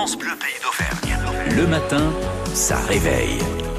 France Bleu Pays d'Auvergne. Le matin, ça réveille.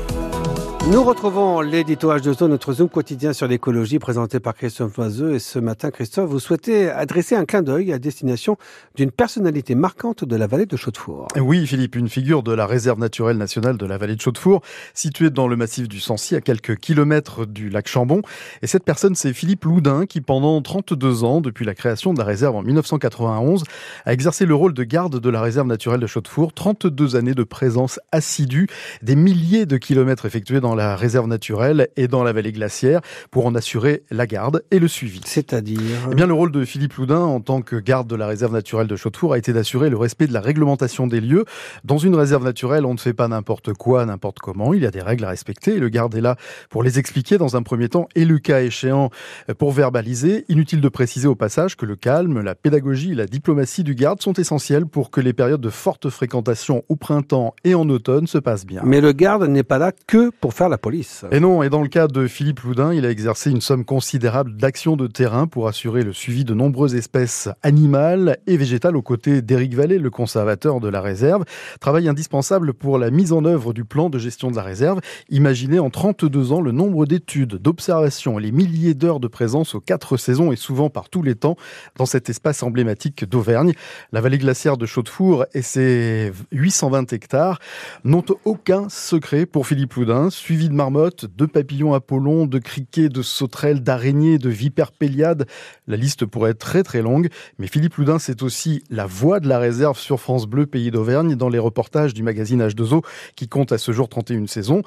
Nous retrouvons l'édito H2O, notre Zoom quotidien sur l'écologie présenté par Christophe Loiseux. Et ce matin, Christophe, vous souhaitez adresser un clin d'œil à destination d'une personnalité marquante de la vallée de Chaudefour. Oui, Philippe, une figure de la réserve naturelle nationale de la vallée de Chaudefour, située dans le massif du Sancy, à quelques kilomètres du lac Chambon. Et cette personne, c'est Philippe Loudin, qui pendant 32 ans, depuis la création de la réserve en 1991, a exercé le rôle de garde de la réserve naturelle de Chaudefour. 32 années de présence assidue, des milliers de kilomètres effectués dans la réserve naturelle et dans la vallée glaciaire pour en assurer la garde et le suivi. C'est-à-dire Eh bien, le rôle de Philippe Loudin en tant que garde de la réserve naturelle de Chaudefour a été d'assurer le respect de la réglementation des lieux. Dans une réserve naturelle, on ne fait pas n'importe quoi, n'importe comment. Il y a des règles à respecter et le garde est là pour les expliquer dans un premier temps et le cas échéant pour verbaliser. Inutile de préciser au passage que le calme, la pédagogie et la diplomatie du garde sont essentiels pour que les périodes de forte fréquentation au printemps et en automne se passent bien. Mais le garde n'est pas là que pour faire la police. Et non, et dans le cas de Philippe Loudin, il a exercé une somme considérable d'actions de terrain pour assurer le suivi de nombreuses espèces animales et végétales aux côtés d'Éric Vallée, le conservateur de la réserve. Travail indispensable pour la mise en œuvre du plan de gestion de la réserve. Imaginez en 32 ans le nombre d'études, d'observations et les milliers d'heures de présence aux 4 saisons et souvent par tous les temps dans cet espace emblématique d'Auvergne. La vallée glaciaire de Chaudefour et ses 820 hectares n'ont aucun secret pour Philippe Loudin, suivi de marmottes, de papillons Apollon, de criquets, de sauterelles, d'araignées, de vipères péliades. La liste pourrait être très très longue, mais Philippe Loudin, c'est aussi la voix de la réserve sur France Bleu Pays d'Auvergne dans les reportages du magazine H2O qui compte à ce jour 31 saisons.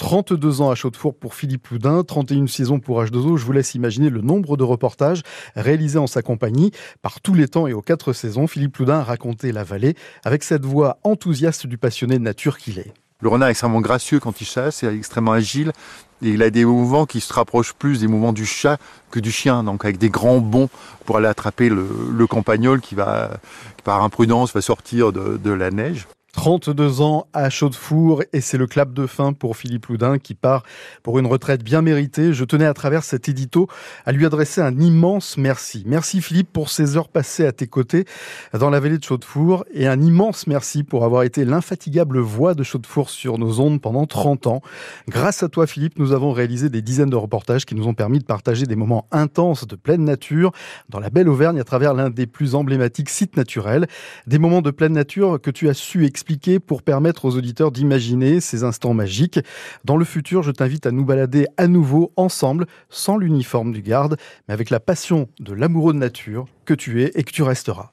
32 ans à Chaudefour pour Philippe Loudin, 31 saisons pour H2O. Je vous laisse imaginer le nombre de reportages réalisés en sa compagnie par tous les temps et aux 4 saisons. Philippe Loudin a raconté la vallée avec cette voix enthousiaste du passionné de nature qu'il est. Le renard est extrêmement gracieux quand il chasse, il est extrêmement agile et il a des mouvements qui se rapprochent plus des mouvements du chat que du chien, donc avec des grands bonds pour aller attraper le campagnol qui par imprudence va sortir de la neige. 32 ans à Chaudefour et c'est le clap de fin pour Philippe Loudin qui part pour une retraite bien méritée. Je tenais à travers cet édito à lui adresser un immense merci. Merci Philippe pour ces heures passées à tes côtés dans la vallée de Chaudefour et un immense merci pour avoir été l'infatigable voix de Chaudefour sur nos ondes pendant 30 ans. Grâce à toi Philippe, nous avons réalisé des dizaines de reportages qui nous ont permis de partager des moments intenses de pleine nature dans la belle Auvergne à travers l'un des plus emblématiques sites naturels. Des moments de pleine nature que tu as su expliquer pour permettre aux auditeurs d'imaginer ces instants magiques. Dans le futur, je t'invite à nous balader à nouveau ensemble, sans l'uniforme du garde, mais avec la passion de l'amoureux de nature que tu es et que tu resteras.